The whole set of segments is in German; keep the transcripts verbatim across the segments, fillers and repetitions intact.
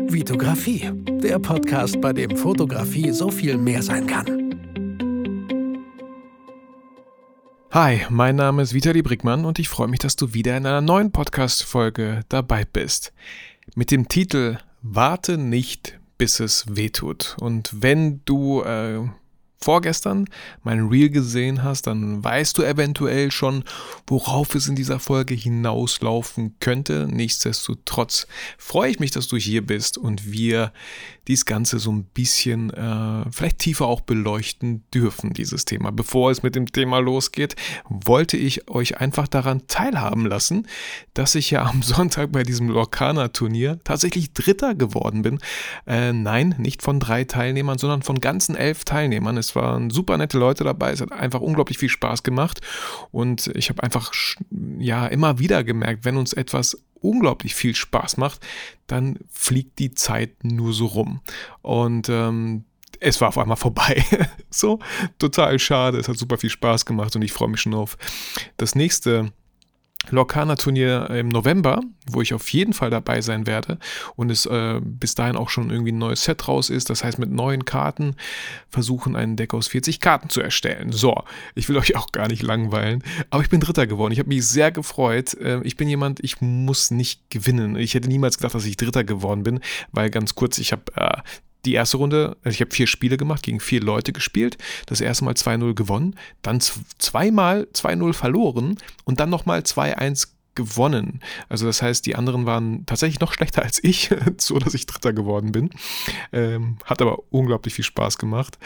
Vitografie, der Podcast, bei dem Fotografie so viel mehr sein kann. Hi, mein Name ist Vitali Brickmann und ich freue mich, dass du wieder in einer neuen Podcast-Folge dabei bist. Mit dem Titel Warte nicht, bis es wehtut. Und wenn du äh, vorgestern mein Reel gesehen hast, dann weißt du eventuell schon, worauf es in dieser Folge hinauslaufen könnte. Nichtsdestotrotz freue ich mich, dass du hier bist und wir dies Ganze so ein bisschen äh, vielleicht tiefer auch beleuchten dürfen, dieses Thema. Bevor es mit dem Thema losgeht, wollte ich euch einfach daran teilhaben lassen, dass ich ja am Sonntag bei diesem Lorcaner-Turnier tatsächlich Dritter geworden bin. Äh, nein, nicht von drei Teilnehmern, sondern von ganzen elf Teilnehmern. Es waren super nette Leute dabei, es hat einfach unglaublich viel Spaß gemacht und ich habe einfach ja immer wieder gemerkt, wenn uns etwas unglaublich viel Spaß macht, dann fliegt die Zeit nur so rum und ähm, es war auf einmal vorbei. So, total schade, es hat super viel Spaß gemacht und ich freue mich schon auf das nächste Lorcaner-Turnier im November, wo ich auf jeden Fall dabei sein werde und es äh, bis dahin auch schon irgendwie ein neues Set raus ist, das heißt mit neuen Karten versuchen, ein Deck aus vierzig Karten zu erstellen. So, ich will euch auch gar nicht langweilen, aber ich bin Dritter geworden, ich habe mich sehr gefreut. Äh, ich bin jemand, ich muss nicht gewinnen. Ich hätte niemals gedacht, dass ich Dritter geworden bin, weil ganz kurz, ich habe äh, die erste Runde, also ich habe vier Spiele gemacht, gegen vier Leute gespielt, das erste Mal zwei null gewonnen, dann z- zweimal zwei null verloren und dann nochmal zwei eins gewonnen. Also das heißt, die anderen waren tatsächlich noch schlechter als ich, so dass ich Dritter geworden bin. Ähm, hat aber unglaublich viel Spaß gemacht.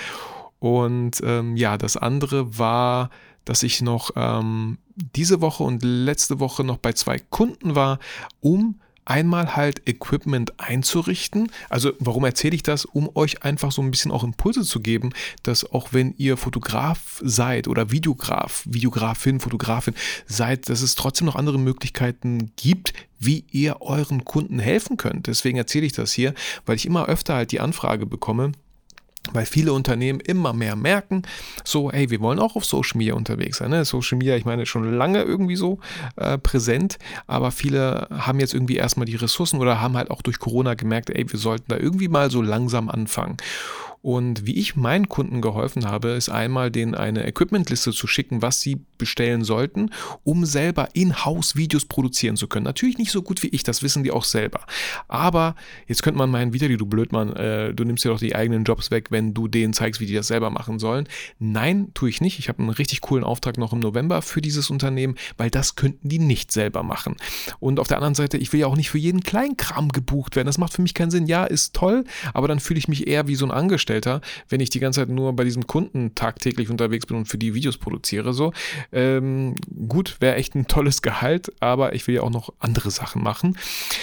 Und ähm, ja, das andere war, dass ich noch ähm, diese Woche und letzte Woche noch bei zwei Kunden war, um einmal halt Equipment einzurichten. Also warum erzähle ich das? Um euch einfach so ein bisschen auch Impulse zu geben, dass auch wenn ihr Fotograf seid oder Videograf, Videografin, Fotografin seid, dass es trotzdem noch andere Möglichkeiten gibt, wie ihr euren Kunden helfen könnt. Deswegen erzähle ich das hier, weil ich immer öfter halt die Anfrage bekomme, weil viele Unternehmen immer mehr merken, so, hey, wir wollen auch auf Social Media unterwegs sein. Ne? Social Media, ich meine, schon lange irgendwie so äh, präsent, aber viele haben jetzt irgendwie erstmal die Ressourcen oder haben halt auch durch Corona gemerkt, ey, wir sollten da irgendwie mal so langsam anfangen. Und wie ich meinen Kunden geholfen habe, ist einmal denen eine Equipmentliste zu schicken, was sie bestellen sollten, um selber in-house Videos produzieren zu können. Natürlich nicht so gut wie ich, das wissen die auch selber. Aber jetzt könnte man meinen, Vitali, du Blödmann, äh, du nimmst dir doch die eigenen Jobs weg, wenn du denen zeigst, wie die das selber machen sollen. Nein, tue ich nicht. Ich habe einen richtig coolen Auftrag noch im November für dieses Unternehmen, weil das könnten die nicht selber machen. Und auf der anderen Seite, ich will ja auch nicht für jeden Kleinkram gebucht werden. Das macht für mich keinen Sinn. Ja, ist toll, aber dann fühle ich mich eher wie so ein Angestellter, wenn ich die ganze Zeit nur bei diesem Kunden tagtäglich unterwegs bin und für die Videos produziere. So, ähm, gut, wäre echt ein tolles Gehalt, aber ich will ja auch noch andere Sachen machen.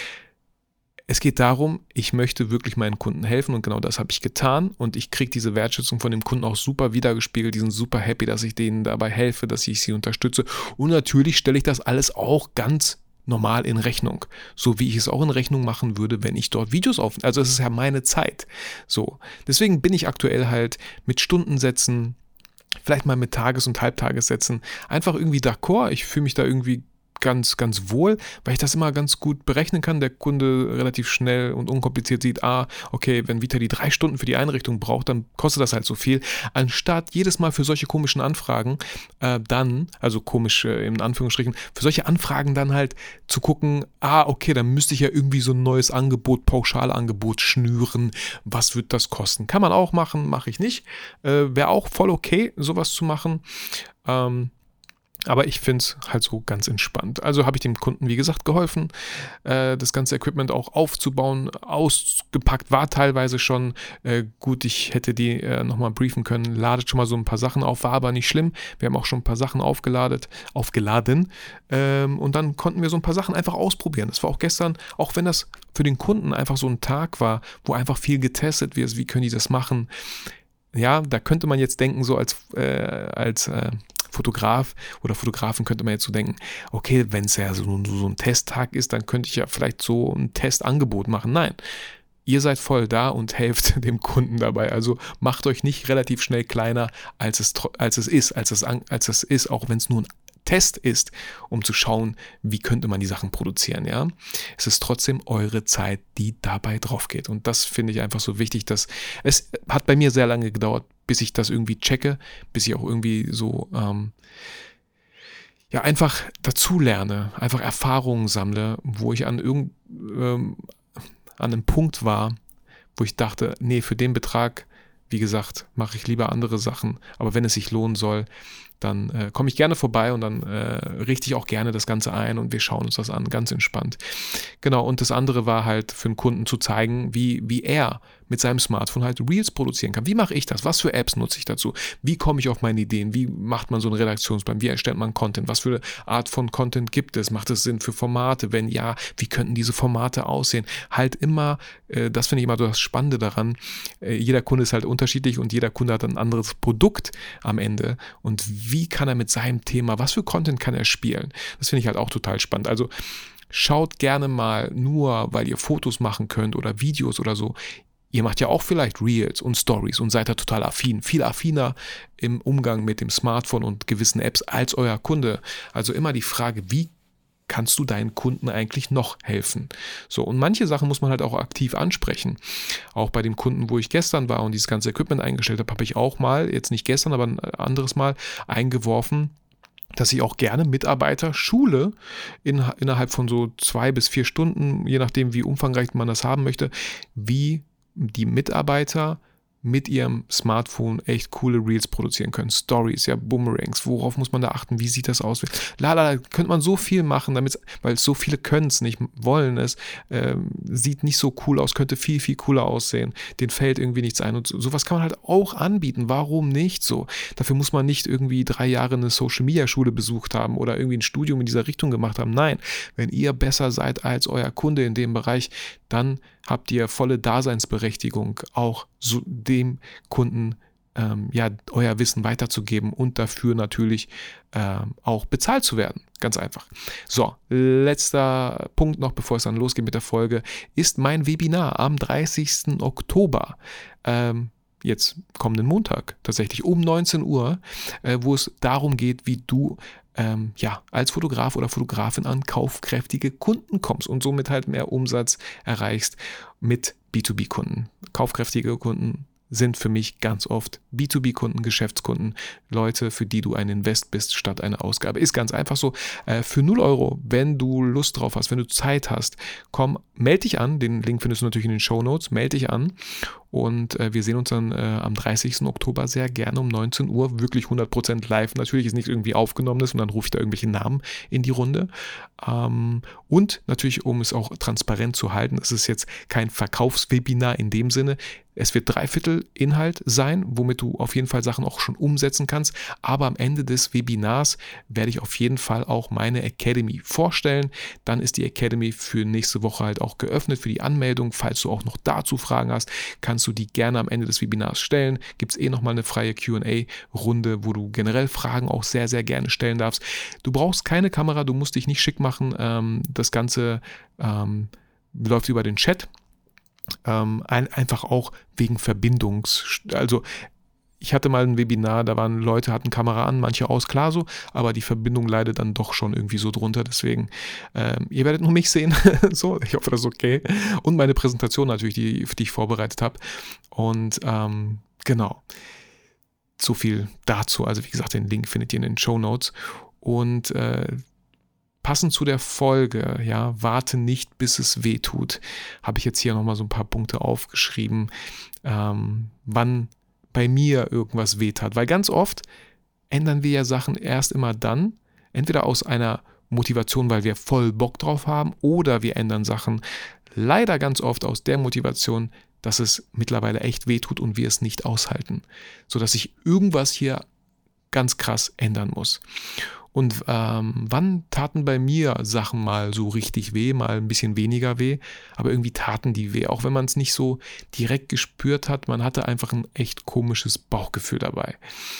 Es geht darum, ich möchte wirklich meinen Kunden helfen und genau das habe ich getan und ich kriege diese Wertschätzung von dem Kunden auch super wiedergespiegelt. Die sind super happy, dass ich denen dabei helfe, dass ich sie unterstütze und natürlich stelle ich das alles auch ganz normal in Rechnung, so wie ich es auch in Rechnung machen würde, wenn ich dort Videos auf, also es ist ja meine Zeit, so. Deswegen bin ich aktuell halt mit Stundensätzen, vielleicht mal mit Tages- und Halbtagessätzen einfach irgendwie d'accord, ich fühle mich da irgendwie ganz, ganz wohl, weil ich das immer ganz gut berechnen kann. Der Kunde relativ schnell und unkompliziert sieht, ah, okay, wenn Vitali drei Stunden für die Einrichtung braucht, dann kostet das halt so viel. Anstatt jedes Mal für solche komischen Anfragen äh, dann, also komisch äh, in Anführungsstrichen, für solche Anfragen dann halt zu gucken, ah, okay, dann müsste ich ja irgendwie so ein neues Angebot, Pauschalangebot schnüren. Was wird das kosten? Kann man auch machen, mache ich nicht. Äh, wäre auch voll okay, sowas zu machen. Ähm, Aber ich finde es halt so ganz entspannt. Also habe ich dem Kunden, wie gesagt, geholfen, äh, das ganze Equipment auch aufzubauen. Ausgepackt war teilweise schon. Äh, gut, ich hätte die äh, nochmal briefen können. Ladet schon mal so ein paar Sachen auf, war aber nicht schlimm. Wir haben auch schon ein paar Sachen aufgeladet, aufgeladen. Ähm, und dann konnten wir so ein paar Sachen einfach ausprobieren. Das war auch gestern, auch wenn das für den Kunden einfach so ein Tag war, wo einfach viel getestet wird. Wie können die das machen? Ja, da könnte man jetzt denken, so als, äh, als äh, Fotograf oder Fotografen könnte man jetzt so denken, okay, wenn es ja so, so ein Testtag ist, dann könnte ich ja vielleicht so ein Testangebot machen. Nein, ihr seid voll da und helft dem Kunden dabei. Also macht euch nicht relativ schnell kleiner, als es, als es ist, als es, als es ist, auch wenn es nur ein Test ist, um zu schauen, wie könnte man die Sachen produzieren, ja. Es ist trotzdem eure Zeit, die dabei drauf geht. Und das finde ich einfach so wichtig, dass es hat bei mir sehr lange gedauert, bis ich das irgendwie checke, bis ich auch irgendwie so ähm, ja einfach dazu lerne, einfach Erfahrungen sammle, wo ich an irgend ähm, an einem Punkt war, wo ich dachte, nee, für den Betrag, wie gesagt, mache ich lieber andere Sachen. Aber wenn es sich lohnen soll, dann äh, komme ich gerne vorbei und dann äh, richte ich auch gerne das Ganze ein und wir schauen uns das an, ganz entspannt. Genau, und das andere war halt für einen Kunden zu zeigen, wie, wie er mit seinem Smartphone halt Reels produzieren kann. Wie mache ich das? Was für Apps nutze ich dazu? Wie komme ich auf meine Ideen? Wie macht man so einen Redaktionsplan? Wie erstellt man Content? Was für eine Art von Content gibt es? Macht es Sinn für Formate? Wenn ja, wie könnten diese Formate aussehen? Halt immer, äh, das finde ich immer so das Spannende daran, äh, jeder Kunde ist halt unterschiedlich und jeder Kunde hat ein anderes Produkt am Ende und wie kann er mit seinem Thema, was für Content kann er spielen? Das finde ich halt auch total spannend. Also schaut gerne mal nur, weil ihr Fotos machen könnt oder Videos oder so. Ihr macht ja auch vielleicht Reels und Stories und seid da total affin, viel affiner im Umgang mit dem Smartphone und gewissen Apps als euer Kunde. Also immer die Frage, wie kannst du deinen Kunden eigentlich noch helfen? So, und manche Sachen muss man halt auch aktiv ansprechen. Auch bei dem Kunden, wo ich gestern war und dieses ganze Equipment eingestellt habe, habe ich auch mal, jetzt nicht gestern, aber ein anderes Mal eingeworfen, dass ich auch gerne Mitarbeiter schule in, innerhalb von so zwei bis vier Stunden, je nachdem, wie umfangreich man das haben möchte, wie die Mitarbeiter mit ihrem Smartphone echt coole Reels produzieren können. Stories, ja, Boomerangs, worauf muss man da achten, wie sieht das aus? Lala, da könnte man so viel machen, damit, weil so viele können es nicht, wollen es, ähm, sieht nicht so cool aus, könnte viel, viel cooler aussehen, denen fällt irgendwie nichts ein und so, sowas kann man halt auch anbieten, warum nicht so? Dafür muss man nicht irgendwie drei Jahre eine Social-Media-Schule besucht haben oder irgendwie ein Studium in dieser Richtung gemacht haben, nein, wenn ihr besser seid als euer Kunde in dem Bereich, dann habt ihr volle Daseinsberechtigung, auch so dem Kunden ähm, ja, euer Wissen weiterzugeben und dafür natürlich ähm, auch bezahlt zu werden. Ganz einfach. So, letzter Punkt noch, bevor es dann losgeht mit der Folge, ist mein Webinar am dreißigsten Oktober. Ähm, jetzt kommenden Montag, tatsächlich um neunzehn Uhr, äh, wo es darum geht, wie du ähm, ja, als Fotograf oder Fotografin an kaufkräftige Kunden kommst und somit halt mehr Umsatz erreichst mit B zwei B-Kunden. Kaufkräftige Kunden sind für mich ganz oft B zwei B-Kunden, Geschäftskunden, Leute, für die du ein Invest bist statt eine Ausgabe. Ist ganz einfach so. Äh, für null Euro, wenn du Lust drauf hast, wenn du Zeit hast, komm, melde dich an. Den Link findest du natürlich in den Shownotes. Melde dich an und äh, wir sehen uns dann äh, am dreißigsten Oktober sehr gerne um neunzehn Uhr, wirklich hundert Prozent live. Natürlich ist nicht irgendwie aufgenommenes und dann rufe ich da irgendwelche Namen in die Runde. Ähm, und natürlich, um es auch transparent zu halten, es ist jetzt kein Verkaufswebinar in dem Sinne. Es wird dreiviertel Inhalt sein, womit du auf jeden Fall Sachen auch schon umsetzen kannst. Aber am Ende des Webinars werde ich auf jeden Fall auch meine Academy vorstellen. Dann ist die Academy für nächste Woche halt auch geöffnet für die Anmeldung. Falls du auch noch dazu Fragen hast, kannst du die gerne am Ende des Webinars stellen. Gibt es eh nochmal eine freie Q und A-Runde, wo du generell Fragen auch sehr, sehr gerne stellen darfst. Du brauchst keine Kamera, du musst dich nicht schick machen. Ähm, das Ganze ähm, läuft über den Chat. Ähm, ein, einfach auch wegen Verbindungs... Also ich hatte mal ein Webinar, da waren Leute, hatten Kamera an, manche aus, klar so, aber die Verbindung leidet dann doch schon irgendwie so drunter, deswegen, ähm, ihr werdet nur mich sehen, so, ich hoffe, das ist okay. Und meine Präsentation natürlich, die, die ich vorbereitet habe. Und ähm, genau, so viel dazu. Also wie gesagt, den Link findet ihr in den Shownotes. Und äh, passend zu der Folge, ja, warte nicht, bis es weh tut, habe ich jetzt hier nochmal so ein paar Punkte aufgeschrieben, ähm, wann bei mir irgendwas wehtat. Weil ganz oft ändern wir ja Sachen erst immer dann, entweder aus einer Motivation, weil wir voll Bock drauf haben, oder wir ändern Sachen leider ganz oft aus der Motivation, dass es mittlerweile echt wehtut und wir es nicht aushalten. Sodass sich irgendwas hier ganz krass ändern muss. Und ähm, wann taten bei mir Sachen mal so richtig weh, mal ein bisschen weniger weh, aber irgendwie taten die weh, auch wenn man es nicht so direkt gespürt hat, man hatte einfach ein echt komisches Bauchgefühl dabei.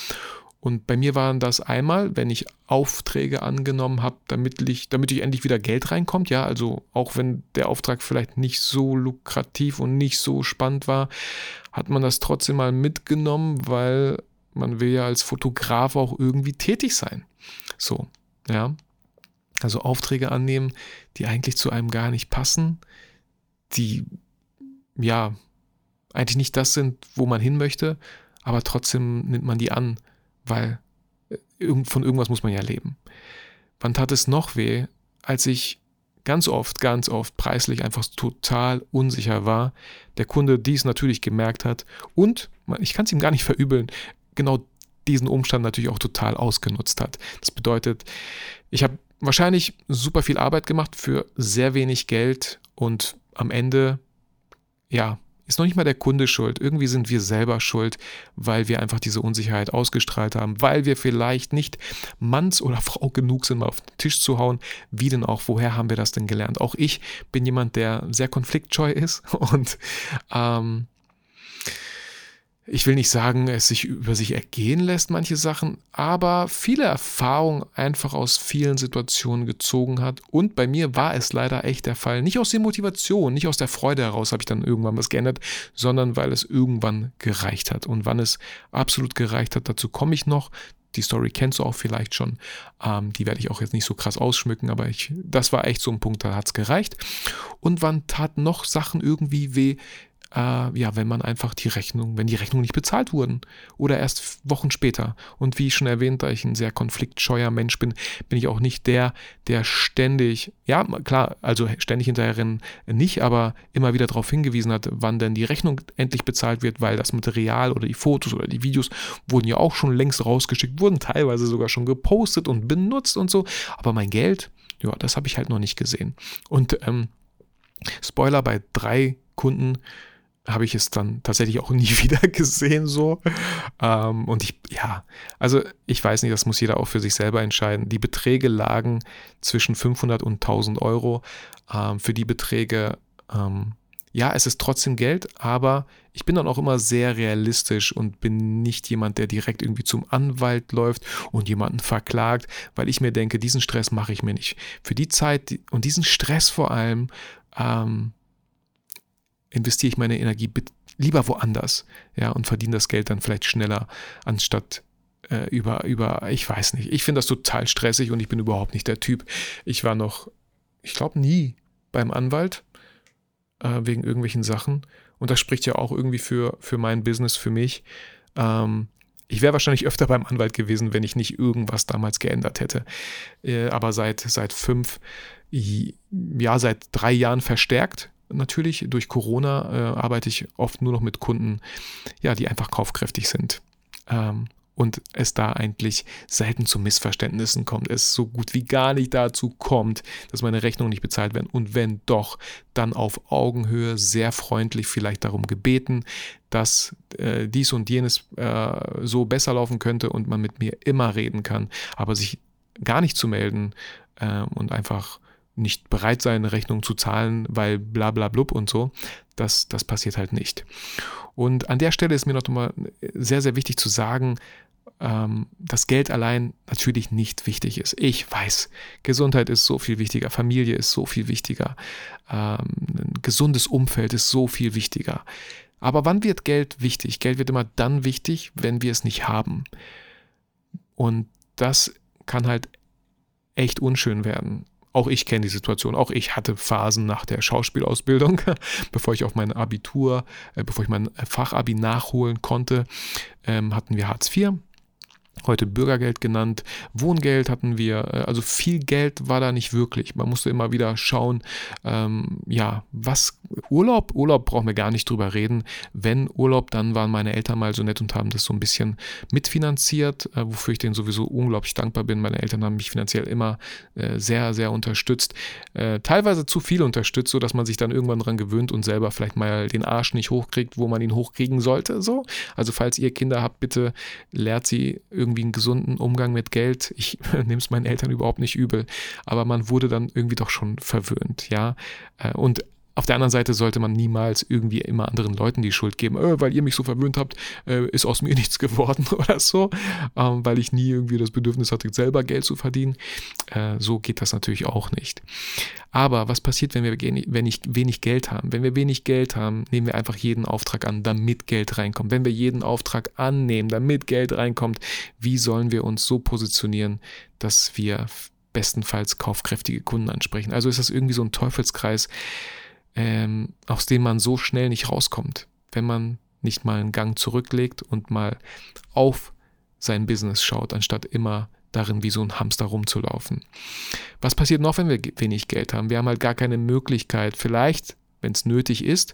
Und bei mir waren das einmal, wenn ich Aufträge angenommen habe, damit ich, damit ich endlich wieder Geld reinkommt, ja, also auch wenn der Auftrag vielleicht nicht so lukrativ und nicht so spannend war, hat man das trotzdem mal mitgenommen, weil man will ja als Fotograf auch irgendwie tätig sein. So, ja. Also Aufträge annehmen, die eigentlich zu einem gar nicht passen, die, ja, eigentlich nicht das sind, wo man hin möchte, aber trotzdem nimmt man die an, weil von irgendwas muss man ja leben. Wann tat es noch weh, als ich ganz oft, ganz oft preislich einfach total unsicher war, der Kunde dies natürlich gemerkt hat und, ich kann es ihm gar nicht verübeln, genau diesen Umstand natürlich auch total ausgenutzt hat. Das bedeutet, ich habe wahrscheinlich super viel Arbeit gemacht für sehr wenig Geld und am Ende, ja, ist noch nicht mal der Kunde schuld. Irgendwie sind wir selber schuld, weil wir einfach diese Unsicherheit ausgestrahlt haben, weil wir vielleicht nicht Manns oder Frau genug sind, mal auf den Tisch zu hauen. Wie denn auch, woher haben wir das denn gelernt? Auch ich bin jemand, der sehr konfliktscheu ist und ähm, ich will nicht sagen, es sich über sich ergehen lässt, manche Sachen, aber viele Erfahrungen einfach aus vielen Situationen gezogen hat. Und bei mir war es leider echt der Fall. Nicht aus der Motivation, nicht aus der Freude heraus habe ich dann irgendwann was geändert, sondern weil es irgendwann gereicht hat. Und wann es absolut gereicht hat, dazu komme ich noch. Die Story kennst du auch vielleicht schon. Ähm, die werde ich auch jetzt nicht so krass ausschmücken, aber ich, das war echt so ein Punkt, da hat es gereicht. Und wann taten noch Sachen irgendwie weh? Äh, ja, wenn man einfach die Rechnung, wenn die Rechnungen nicht bezahlt wurden oder erst Wochen später. Und wie schon erwähnt, da ich ein sehr konfliktscheuer Mensch bin, bin ich auch nicht der, der ständig, ja klar, also ständig hinterherrennen nicht, aber immer wieder darauf hingewiesen hat, wann denn die Rechnung endlich bezahlt wird, weil das Material oder die Fotos oder die Videos wurden ja auch schon längst rausgeschickt, wurden teilweise sogar schon gepostet und benutzt und so, aber mein Geld, ja, das habe ich halt noch nicht gesehen. Und ähm, Spoiler, bei drei Kunden habe ich es dann tatsächlich auch nie wieder gesehen so. Ähm, und ich, ja, also ich weiß nicht, das muss jeder auch für sich selber entscheiden. Die Beträge lagen zwischen fünfhundert und tausend Euro. Ähm, für die Beträge, ähm, ja, es ist trotzdem Geld, aber ich bin dann auch immer sehr realistisch und bin nicht jemand, der direkt irgendwie zum Anwalt läuft und jemanden verklagt, weil ich mir denke, diesen Stress mache ich mir nicht. Für die Zeit und diesen Stress vor allem, ähm, investiere ich meine Energie lieber woanders, ja, und verdiene das Geld dann vielleicht schneller, anstatt äh, über, über, ich weiß nicht. Ich finde das total stressig und ich bin überhaupt nicht der Typ. Ich war noch, ich glaube, nie beim Anwalt äh, wegen irgendwelchen Sachen. Und das spricht ja auch irgendwie für, für mein Business, für mich. Ähm, ich wäre wahrscheinlich öfter beim Anwalt gewesen, wenn ich nicht irgendwas damals geändert hätte. Äh, aber seit, seit fünf, ja, seit drei Jahren verstärkt. Natürlich, durch Corona äh, arbeite ich oft nur noch mit Kunden, ja, die einfach kaufkräftig sind. Ähm, und es da eigentlich selten zu Missverständnissen kommt. Es so gut wie gar nicht dazu kommt, dass meine Rechnungen nicht bezahlt werden. Und wenn doch, dann auf Augenhöhe, sehr freundlich vielleicht darum gebeten, dass äh, dies und jenes äh, so besser laufen könnte und man mit mir immer reden kann. Aber sich gar nicht zu melden äh, und einfach nicht bereit sein, eine Rechnung zu zahlen, weil bla bla blub und so, das, das passiert halt nicht. Und an der Stelle ist mir noch mal sehr, sehr wichtig zu sagen, ähm, dass Geld allein natürlich nicht wichtig ist. Ich weiß, Gesundheit ist so viel wichtiger, Familie ist so viel wichtiger, ähm, ein gesundes Umfeld ist so viel wichtiger. Aber wann wird Geld wichtig? Geld wird immer dann wichtig, wenn wir es nicht haben. Und das kann halt echt unschön werden. Auch ich kenne die Situation, auch ich hatte Phasen nach der Schauspielausbildung, bevor ich auf mein Abitur, äh, bevor ich mein Fachabi nachholen konnte, ähm, hatten wir Hartz vier. Heute Bürgergeld genannt, Wohngeld hatten wir, also viel Geld war da nicht wirklich. Man musste immer wieder schauen, ähm, ja, was, Urlaub, Urlaub brauchen wir gar nicht drüber reden. Wenn Urlaub, dann waren meine Eltern mal so nett und haben das so ein bisschen mitfinanziert, äh, wofür ich denen sowieso unglaublich dankbar bin. Meine Eltern haben mich finanziell immer äh, sehr, sehr unterstützt. Äh, teilweise zu viel unterstützt, sodass man sich dann irgendwann dran gewöhnt und selber vielleicht mal den Arsch nicht hochkriegt, wo man ihn hochkriegen sollte. So. Also falls ihr Kinder habt, bitte lehrt sie irgendwie irgendwie einen gesunden Umgang mit Geld. Ich nehme es meinen Eltern überhaupt nicht übel, aber man wurde dann irgendwie doch schon verwöhnt, ja. Und auf der anderen Seite sollte man niemals irgendwie immer anderen Leuten die Schuld geben, äh, weil ihr mich so verwöhnt habt, äh, ist aus mir nichts geworden oder so, ähm, weil ich nie irgendwie das Bedürfnis hatte, selber Geld zu verdienen. Äh, so geht das natürlich auch nicht. Aber was passiert, wenn wir wenn ich wenig Geld haben? Wenn wir wenig Geld haben, nehmen wir einfach jeden Auftrag an, damit Geld reinkommt. Wenn wir jeden Auftrag annehmen, damit Geld reinkommt, wie sollen wir uns so positionieren, dass wir bestenfalls kaufkräftige Kunden ansprechen. Also ist das irgendwie so ein Teufelskreis, ähm, aus dem man so schnell nicht rauskommt, wenn man nicht mal einen Gang zurücklegt und mal auf sein Business schaut, anstatt immer darin wie so ein Hamster rumzulaufen. Was passiert noch, wenn wir wenig Geld haben? Wir haben halt gar keine Möglichkeit, vielleicht, wenn es nötig ist,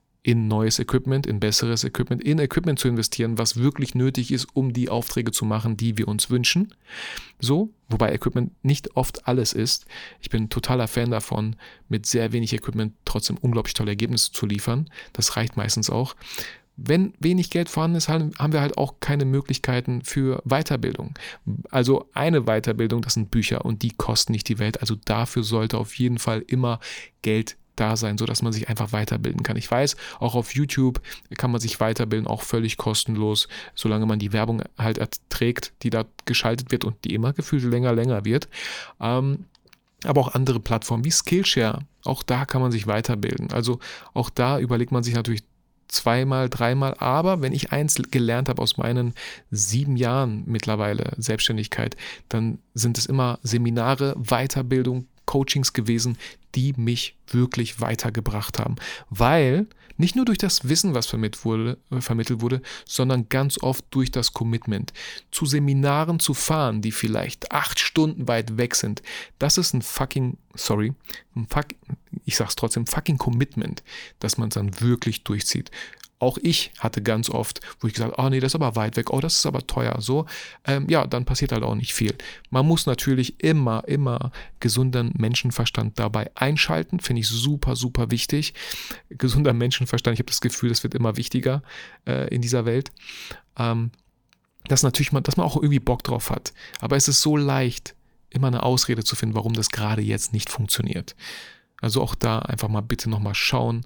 in neues Equipment, in besseres Equipment, in Equipment zu investieren, was wirklich nötig ist, um die Aufträge zu machen, die wir uns wünschen. So, wobei Equipment nicht oft alles ist. Ich bin ein totaler Fan davon, mit sehr wenig Equipment trotzdem unglaublich tolle Ergebnisse zu liefern. Das reicht meistens auch. Wenn wenig Geld vorhanden ist, haben wir halt auch keine Möglichkeiten für Weiterbildung. Also eine Weiterbildung, das sind Bücher und die kosten nicht die Welt. Also dafür sollte auf jeden Fall immer Geld da sein, sodass man sich einfach weiterbilden kann. Ich weiß, auch auf YouTube kann man sich weiterbilden, auch völlig kostenlos, solange man die Werbung halt erträgt, die da geschaltet wird und die immer gefühlt länger, länger wird. Ähm, aber auch andere Plattformen wie Skillshare, auch da kann man sich weiterbilden. Also auch da überlegt man sich natürlich zweimal, dreimal, aber wenn ich eins gelernt habe aus meinen sieben Jahren mittlerweile Selbstständigkeit, dann sind es immer Seminare, Weiterbildung, Coachings gewesen, die mich wirklich weitergebracht haben, weil nicht nur durch das Wissen, was vermittelt wurde, vermittelt wurde, sondern ganz oft durch das Commitment. Zu Seminaren zu fahren, die vielleicht acht Stunden weit weg sind, das ist ein fucking, sorry, ein fuck, ich sag's trotzdem, fucking Commitment, dass man es dann wirklich durchzieht. Auch ich hatte ganz oft, wo ich gesagt habe, oh nee, das ist aber weit weg, oh, das ist aber teuer, so, ähm, ja, dann passiert halt auch nicht viel. Man muss natürlich immer, immer gesunden Menschenverstand dabei einschalten, finde ich super, super wichtig. Gesunder Menschenverstand, ich habe das Gefühl, das wird immer wichtiger äh, in dieser Welt. Ähm, dass natürlich man, dass man auch irgendwie Bock drauf hat, aber es ist so leicht, immer eine Ausrede zu finden, warum das gerade jetzt nicht funktioniert. Also auch da einfach mal bitte nochmal schauen,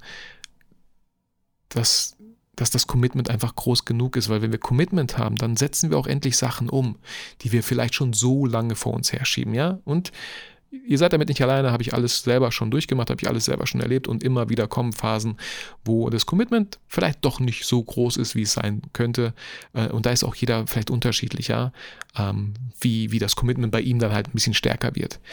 dass, dass das Commitment einfach groß genug ist, weil wenn wir Commitment haben, dann setzen wir auch endlich Sachen um, die wir vielleicht schon so lange vor uns herschieben, ja, und ihr seid damit nicht alleine, habe ich alles selber schon durchgemacht, habe ich alles selber schon erlebt und immer wieder kommen Phasen, wo das Commitment vielleicht doch nicht so groß ist, wie es sein könnte, und da ist auch jeder vielleicht unterschiedlicher, wie, wie das Commitment bei ihm dann halt ein bisschen stärker wird.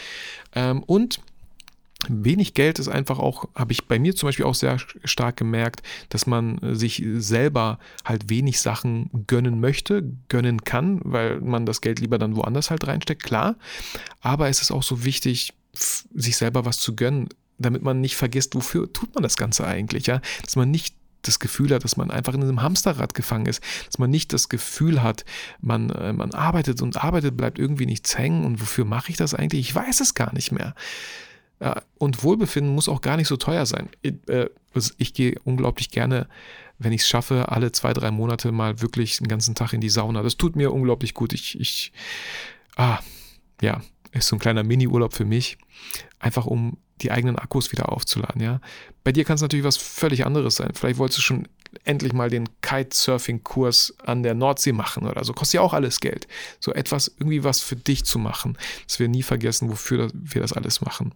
Und wenig Geld ist einfach auch, habe ich bei mir zum Beispiel auch sehr stark gemerkt, dass man sich selber halt wenig Sachen gönnen möchte, gönnen kann, weil man das Geld lieber dann woanders halt reinsteckt, klar. Aber es ist auch so wichtig, sich selber was zu gönnen, damit man nicht vergisst, wofür tut man das Ganze eigentlich, ja? Dass man nicht das Gefühl hat, dass man einfach in einem Hamsterrad gefangen ist, dass man nicht das Gefühl hat, man, äh, man arbeitet und arbeitet, bleibt irgendwie nichts hängen und wofür mache ich das eigentlich? Ich weiß es gar nicht mehr. Ja, und Wohlbefinden muss auch gar nicht so teuer sein. Ich, äh, ich gehe unglaublich gerne, wenn ich es schaffe, alle zwei, drei Monate mal wirklich einen ganzen Tag in die Sauna. Das tut mir unglaublich gut. Ich, ich, ah, ja, ist so ein kleiner Mini-Urlaub für mich, einfach um die eigenen Akkus wieder aufzuladen, ja. Bei dir kann es natürlich was völlig anderes sein. Vielleicht wolltest du schon endlich mal den Kitesurfing-Kurs an der Nordsee machen oder so. Kostet ja auch alles Geld. So etwas, irgendwie was für dich zu machen, dass wir nie vergessen, wofür wir das alles machen.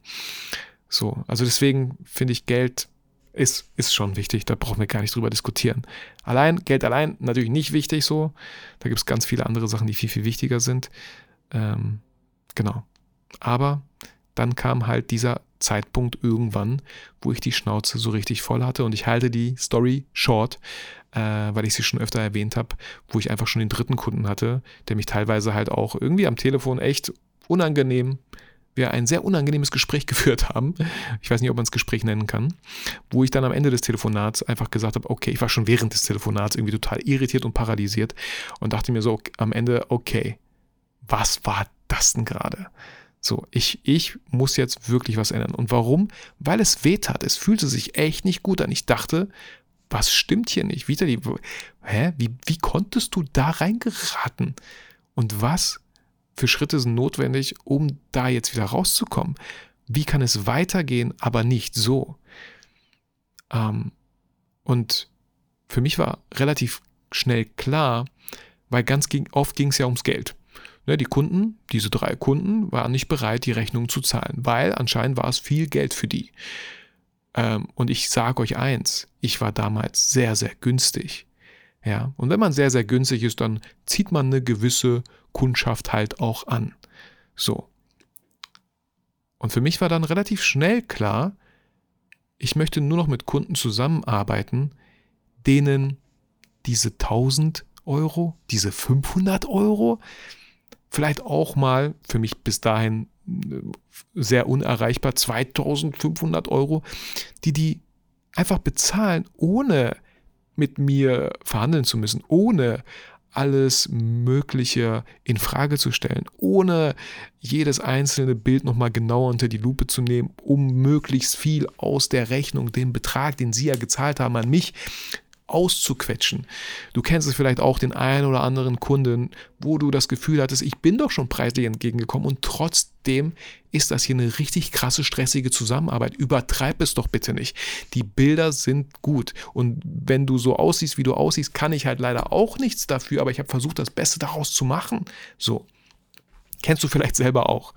So, also deswegen finde ich, Geld ist, ist schon wichtig. Da brauchen wir gar nicht drüber diskutieren. Allein, Geld allein natürlich nicht wichtig so. Da gibt es ganz viele andere Sachen, die viel, viel wichtiger sind. Ähm, genau. Aber dann kam halt dieser Zeitpunkt irgendwann, wo ich die Schnauze so richtig voll hatte, und ich halte die Story short, äh, weil ich sie schon öfter erwähnt habe, wo ich einfach schon den dritten Kunden hatte, der mich teilweise halt auch irgendwie am Telefon echt unangenehm, wir ein sehr unangenehmes Gespräch geführt haben. Ich weiß nicht, ob man es Gespräch nennen kann, wo ich dann am Ende des Telefonats einfach gesagt habe, okay, ich war schon während des Telefonats irgendwie total irritiert und paralysiert und dachte mir so am Ende, okay, was war das denn gerade? So, ich, ich muss jetzt wirklich was ändern. Und warum? Weil es weh tat. Es fühlte sich echt nicht gut an. Ich dachte, was stimmt hier nicht? Vitali, hä? Wie, wie konntest du da reingeraten? Und was für Schritte sind notwendig, um da jetzt wieder rauszukommen? Wie kann es weitergehen, aber nicht so? Ähm, und für mich war relativ schnell klar, weil ganz oft ging es ja ums Geld. Die Kunden, diese drei Kunden, waren nicht bereit, die Rechnung zu zahlen, weil anscheinend war es viel Geld für die. Und ich sage euch eins, ich war damals sehr, sehr günstig. Ja, und wenn man sehr, sehr günstig ist, dann zieht man eine gewisse Kundschaft halt auch an. So. Und für mich war dann relativ schnell klar, ich möchte nur noch mit Kunden zusammenarbeiten, denen diese tausend Euro, diese fünfhundert Euro, vielleicht auch mal, für mich bis dahin sehr unerreichbar, zweitausendfünfhundert Euro, die die einfach bezahlen, ohne mit mir verhandeln zu müssen, ohne alles Mögliche in Frage zu stellen, ohne jedes einzelne Bild nochmal genauer unter die Lupe zu nehmen, um möglichst viel aus der Rechnung, den Betrag, den sie ja gezahlt haben, an mich auszuquetschen. Du kennst es vielleicht auch, den einen oder anderen Kunden, wo du das Gefühl hattest, ich bin doch schon preislich entgegengekommen und trotzdem ist das hier eine richtig krasse, stressige Zusammenarbeit. Übertreib es doch bitte nicht. Die Bilder sind gut und wenn du so aussiehst, wie du aussiehst, kann ich halt leider auch nichts dafür, aber ich habe versucht, das Beste daraus zu machen. So. Kennst du vielleicht selber auch.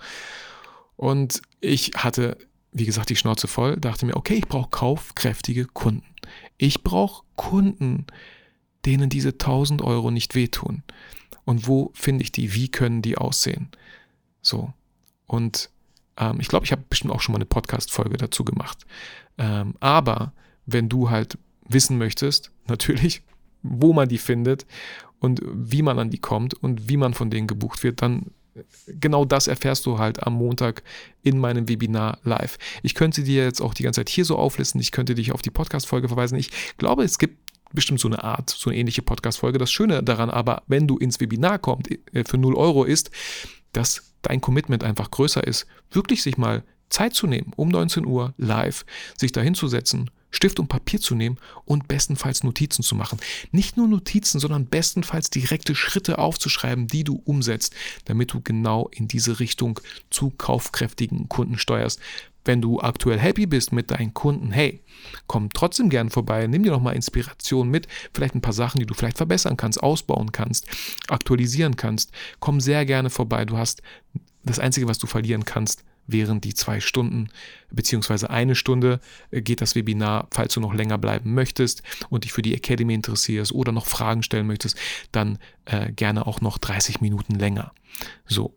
Und ich hatte, wie gesagt, die Schnauze voll, dachte mir, okay, ich brauche kaufkräftige Kunden. Ich brauche Kunden, denen diese tausend Euro nicht wehtun. Und wo finde ich die? Wie können die aussehen? So. Und ähm, ich glaube, ich habe bestimmt auch schon mal eine Podcast-Folge dazu gemacht. Ähm, aber wenn du halt wissen möchtest, natürlich, wo man die findet und wie man an die kommt und wie man von denen gebucht wird, dann genau das erfährst du halt am Montag in meinem Webinar live. Ich könnte dir jetzt auch die ganze Zeit hier so auflisten, ich könnte dich auf die Podcast-Folge verweisen. Ich glaube, es gibt bestimmt so eine Art, so eine ähnliche Podcast-Folge. Das Schöne daran aber, wenn du ins Webinar kommst, für null Euro ist, dass dein Commitment einfach größer ist, wirklich sich mal Zeit zu nehmen, um neunzehn Uhr live, sich da hinzusetzen, Stift und Papier zu nehmen und bestenfalls Notizen zu machen. Nicht nur Notizen, sondern bestenfalls direkte Schritte aufzuschreiben, die du umsetzt, damit du genau in diese Richtung zu kaufkräftigen Kunden steuerst. Wenn du aktuell happy bist mit deinen Kunden, hey, komm trotzdem gern vorbei, nimm dir noch mal Inspiration mit, vielleicht ein paar Sachen, die du vielleicht verbessern kannst, ausbauen kannst, aktualisieren kannst. Komm sehr gerne vorbei. Du hast das Einzige, was du verlieren kannst, während die zwei Stunden beziehungsweise eine Stunde geht das Webinar. Falls du noch länger bleiben möchtest und dich für die Academy interessierst oder noch Fragen stellen möchtest, dann äh, gerne auch noch dreißig Minuten länger. So,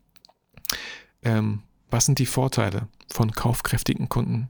ähm, was sind die Vorteile von kaufkräftigen Kunden?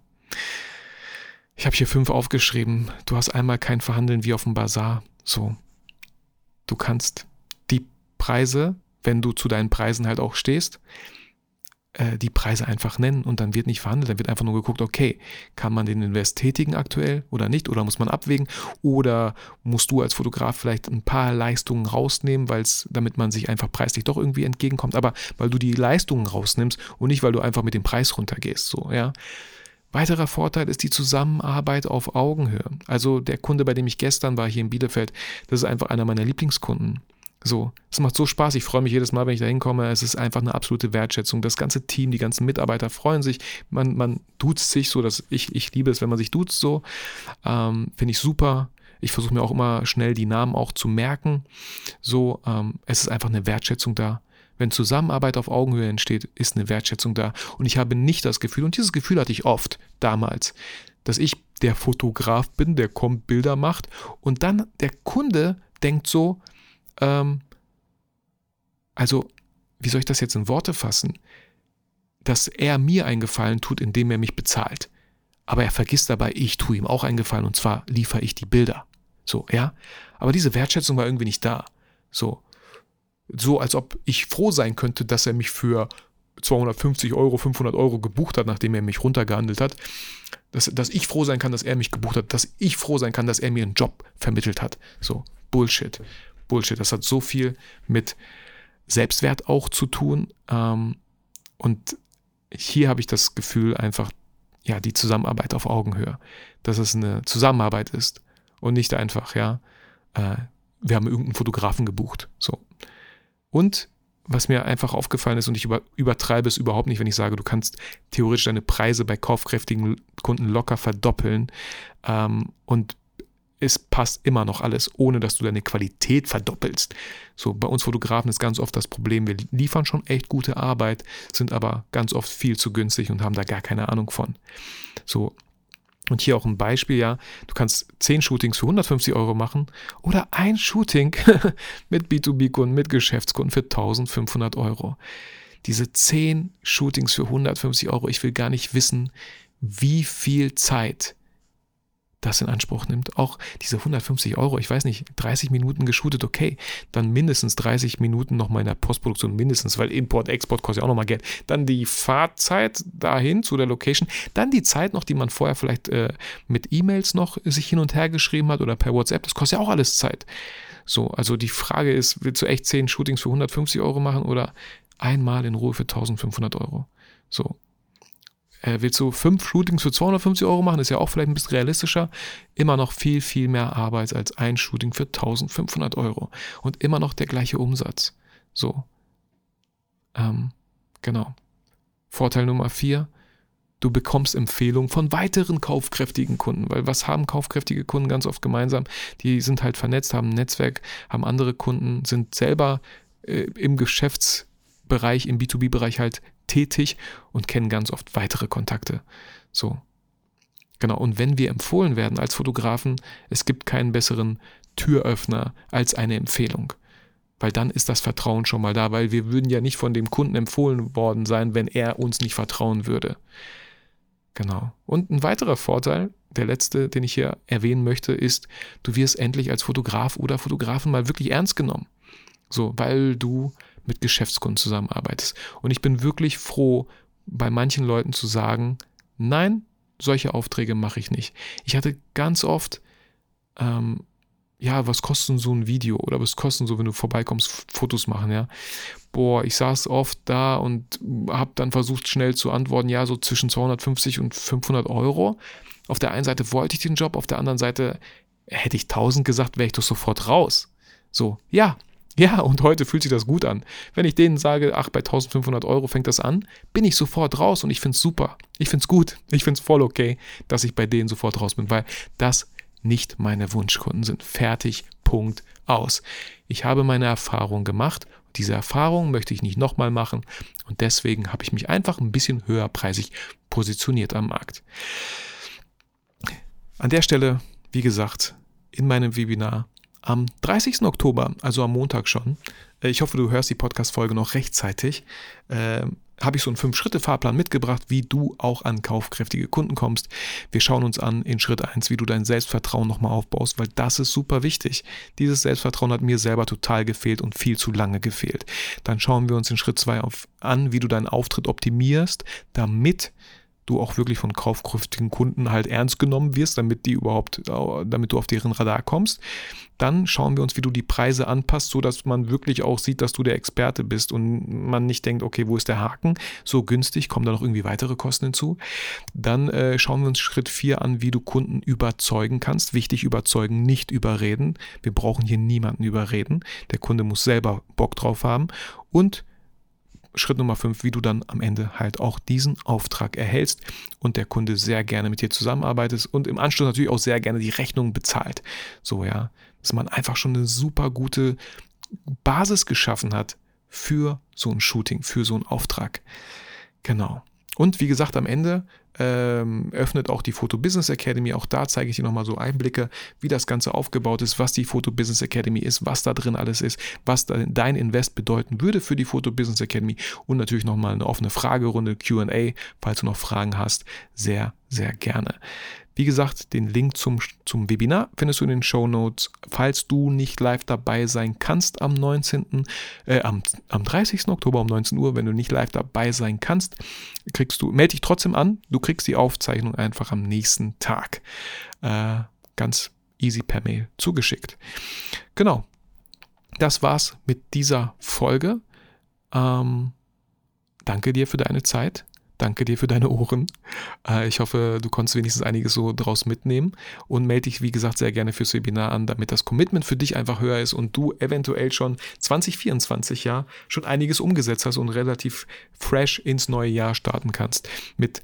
Ich habe hier fünf aufgeschrieben. Du hast einmal kein Verhandeln wie auf dem Bazar. So, du kannst die Preise, wenn du zu deinen Preisen halt auch stehst, die Preise einfach nennen und dann wird nicht verhandelt, dann wird einfach nur geguckt, okay, kann man den Invest tätigen aktuell oder nicht oder muss man abwägen oder musst du als Fotograf vielleicht ein paar Leistungen rausnehmen, weil's, damit man sich einfach preislich doch irgendwie entgegenkommt, aber weil du die Leistungen rausnimmst und nicht, weil du einfach mit dem Preis runtergehst, so, ja. Weiterer Vorteil ist die Zusammenarbeit auf Augenhöhe. Also der Kunde, bei dem ich gestern war hier in Bielefeld, das ist einfach einer meiner Lieblingskunden. So, es macht so Spaß, ich freue mich jedes Mal, wenn ich da hinkomme, es ist einfach eine absolute Wertschätzung, das ganze Team, die ganzen Mitarbeiter freuen sich, man, man duzt sich so, dass ich, ich liebe es, wenn man sich duzt so, ähm, finde ich super, ich versuche mir auch immer schnell die Namen auch zu merken, so, ähm, es ist einfach eine Wertschätzung da. Wenn Zusammenarbeit auf Augenhöhe entsteht, ist eine Wertschätzung da und ich habe nicht das Gefühl, und dieses Gefühl hatte ich oft damals, dass ich der Fotograf bin, der kommt, Bilder macht und dann der Kunde denkt so, Ähm, also, wie soll ich das jetzt in Worte fassen? Dass er mir einen Gefallen tut, indem er mich bezahlt. Aber er vergisst dabei, ich tue ihm auch einen Gefallen und zwar liefere ich die Bilder. So, ja. Aber diese Wertschätzung war irgendwie nicht da. So, so als ob ich froh sein könnte, dass er mich für zweihundertfünfzig Euro, fünfhundert Euro gebucht hat, nachdem er mich runtergehandelt hat. Dass, dass ich froh sein kann, dass er mich gebucht hat. Dass ich froh sein kann, dass er mir einen Job vermittelt hat. So, Bullshit. Bullshit. Das hat so viel mit Selbstwert auch zu tun. Ähm, und hier habe ich das Gefühl einfach, ja, die Zusammenarbeit auf Augenhöhe. Dass es eine Zusammenarbeit ist und nicht einfach, ja, äh, wir haben irgendeinen Fotografen gebucht. So. Und was mir einfach aufgefallen ist, und ich über, übertreibe es überhaupt nicht, wenn ich sage, du kannst theoretisch deine Preise bei kaufkräftigen Kunden locker verdoppeln ähm, und es passt immer noch alles, ohne dass du deine Qualität verdoppelst. So, bei uns Fotografen ist ganz oft das Problem, wir liefern schon echt gute Arbeit, sind aber ganz oft viel zu günstig und haben da gar keine Ahnung von. So, und hier auch ein Beispiel, ja, du kannst zehn Shootings für hundertfünfzig Euro machen oder ein Shooting mit B zwei B-Kunden, mit Geschäftskunden für eintausendfünfhundert Euro. diese zehn Shootings für hundertfünfzig Euro, ich will gar nicht wissen, wie viel Zeit das in Anspruch nimmt. Auch diese hundertfünfzig Euro, ich weiß nicht, dreißig Minuten geshootet, okay, dann mindestens dreißig Minuten nochmal in der Postproduktion, mindestens, weil Import, Export kostet ja auch nochmal Geld. Dann die Fahrzeit dahin zu der Location, dann die Zeit noch, die man vorher vielleicht äh, mit E-Mails noch sich hin und her geschrieben hat oder per WhatsApp, das kostet ja auch alles Zeit. So, also die Frage ist, willst du echt zehn Shootings für hundertfünfzig Euro machen oder einmal in Ruhe für eintausendfünfhundert Euro? So. Äh, willst du fünf Shootings für zweihundertfünfzig Euro machen? Ist ja auch vielleicht ein bisschen realistischer. Immer noch viel, viel mehr Arbeit als ein Shooting für eintausendfünfhundert Euro. Und immer noch der gleiche Umsatz. So. Ähm, genau. Vorteil Nummer vier. Du bekommst Empfehlungen von weiteren kaufkräftigen Kunden. Weil was haben kaufkräftige Kunden ganz oft gemeinsam? Die sind halt vernetzt, haben ein Netzwerk, haben andere Kunden, sind selber äh, im Geschäftsbereich, im B zwei B-Bereich halt tätig und kennen ganz oft weitere Kontakte. So. Genau. Und wenn wir empfohlen werden als Fotografen, es gibt keinen besseren Türöffner als eine Empfehlung. Weil dann ist das Vertrauen schon mal da, weil wir würden ja nicht von dem Kunden empfohlen worden sein, wenn er uns nicht vertrauen würde. Genau. Und ein weiterer Vorteil, der letzte, den ich hier erwähnen möchte, ist, du wirst endlich als Fotograf oder Fotografen mal wirklich ernst genommen. So, weil du mit Geschäftskunden zusammenarbeitest. Und ich bin wirklich froh, bei manchen Leuten zu sagen, nein, solche Aufträge mache ich nicht. Ich hatte ganz oft, ähm, ja, was kostet denn so ein Video oder was kostet so, wenn du vorbeikommst, Fotos machen, ja. Boah, ich saß oft da und habe dann versucht, schnell zu antworten, ja, so zwischen zweihundertfünfzig und fünfhundert Euro. Auf der einen Seite wollte ich den Job, auf der anderen Seite hätte ich tausend gesagt, wäre ich doch sofort raus. So, ja, Ja, und heute fühlt sich das gut an. Wenn ich denen sage, ach, bei eintausendfünfhundert Euro fängt das an, bin ich sofort raus und ich finde es super. Ich finde es gut. Ich finde es voll okay, dass ich bei denen sofort raus bin, weil das nicht meine Wunschkunden sind. Fertig, Punkt, aus. Ich habe meine Erfahrung gemacht und diese Erfahrung möchte ich nicht nochmal machen und deswegen habe ich mich einfach ein bisschen höherpreisig positioniert am Markt. An der Stelle, wie gesagt, in meinem Webinar am dreißigsten Oktober, also am Montag schon, ich hoffe, du hörst die Podcast-Folge noch rechtzeitig, äh, habe ich so einen fünf-Schritte-Fahrplan mitgebracht, wie du auch an kaufkräftige Kunden kommst. Wir schauen uns an in Schritt eins, wie du dein Selbstvertrauen nochmal aufbaust, weil das ist super wichtig. Dieses Selbstvertrauen hat mir selber total gefehlt und viel zu lange gefehlt. Dann schauen wir uns in Schritt zwei an, wie du deinen Auftritt optimierst, damit du auch wirklich von kaufkräftigen Kunden halt ernst genommen wirst, damit die überhaupt, damit du auf deren Radar kommst. Dann schauen wir uns, wie du die Preise anpasst, sodass man wirklich auch sieht, dass du der Experte bist und man nicht denkt, okay, wo ist der Haken? So günstig, kommen da noch irgendwie weitere Kosten hinzu. Dann äh, schauen wir uns Schritt vier an, wie du Kunden überzeugen kannst. Wichtig, überzeugen, nicht überreden. Wir brauchen hier niemanden überreden. Der Kunde muss selber Bock drauf haben. Und Schritt Nummer fünf, wie du dann am Ende halt auch diesen Auftrag erhältst und der Kunde sehr gerne mit dir zusammenarbeitet und im Anschluss natürlich auch sehr gerne die Rechnung bezahlt. So, ja, dass man einfach schon eine super gute Basis geschaffen hat für so ein Shooting, für so einen Auftrag. Genau. Und wie gesagt, am Ende ähm, öffnet auch die Photo Business Academy. Auch da zeige ich dir nochmal so Einblicke, wie das Ganze aufgebaut ist, was die Photo Business Academy ist, was da drin alles ist, was dein Invest bedeuten würde für die Photo Business Academy und natürlich nochmal eine offene Fragerunde, Q und A, falls du noch Fragen hast, sehr, sehr gerne. Wie gesagt, den Link zum, zum Webinar findest du in den Shownotes. Falls du nicht live dabei sein kannst am neunzehnten Äh, am, am dreißigsten Oktober um neunzehn Uhr, wenn du nicht live dabei sein kannst, kriegst du, melde dich trotzdem an. Du kriegst die Aufzeichnung einfach am nächsten Tag. Äh, ganz easy per Mail zugeschickt. Genau. Das war's mit dieser Folge. Ähm, danke dir für deine Zeit. Danke dir für deine Ohren. Ich hoffe, du konntest wenigstens einiges so draus mitnehmen und melde dich, wie gesagt, sehr gerne fürs Webinar an, damit das Commitment für dich einfach höher ist und du eventuell schon zwanzig vierundzwanzig ja schon einiges umgesetzt hast und relativ fresh ins neue Jahr starten kannst mit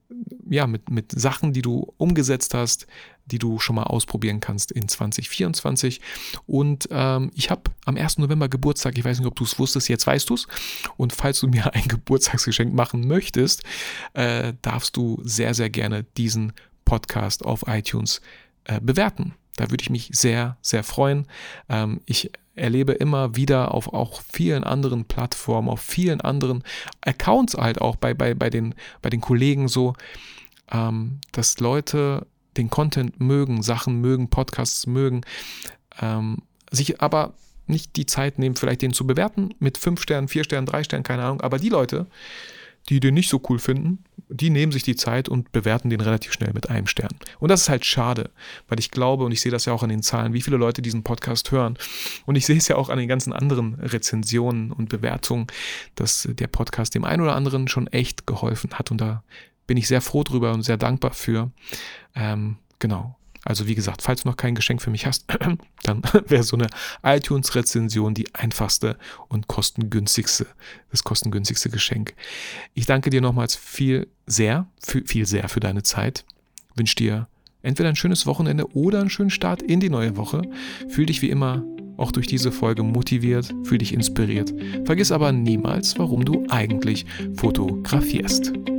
ja, mit, mit Sachen, die du umgesetzt hast, die du schon mal ausprobieren kannst in zwanzig vierundzwanzig. Und ähm, ich habe am ersten November Geburtstag, ich weiß nicht, ob du es wusstest, jetzt weißt du es. Und falls du mir ein Geburtstagsgeschenk machen möchtest, äh, darfst du sehr, sehr gerne diesen Podcast auf iTunes äh, bewerten. Da würde ich mich sehr, sehr freuen. Ähm, ich erlebe immer wieder auf auch vielen anderen Plattformen, auf vielen anderen Accounts halt auch bei, bei, bei, den, bei den Kollegen so, ähm, dass Leute den Content mögen, Sachen mögen, Podcasts mögen, ähm, sich aber nicht die Zeit nehmen, vielleicht den zu bewerten mit fünf Sternen, vier Sternen, drei Sternen, keine Ahnung. Aber die Leute, die den nicht so cool finden, die nehmen sich die Zeit und bewerten den relativ schnell mit einem Stern. Und das ist halt schade, weil ich glaube, und ich sehe das ja auch an den Zahlen, wie viele Leute diesen Podcast hören. Und ich sehe es ja auch an den ganzen anderen Rezensionen und Bewertungen, dass der Podcast dem einen oder anderen schon echt geholfen hat. Und da bin ich sehr froh drüber und sehr dankbar für. Ähm, genau. Also wie gesagt, falls du noch kein Geschenk für mich hast, dann wäre so eine iTunes-Rezension die einfachste und kostengünstigste, das kostengünstigste Geschenk. Ich danke dir nochmals viel sehr, viel sehr für deine Zeit. Wünsche dir entweder ein schönes Wochenende oder einen schönen Start in die neue Woche. Fühl dich wie immer auch durch diese Folge motiviert, fühl dich inspiriert. Vergiss aber niemals, warum du eigentlich fotografierst.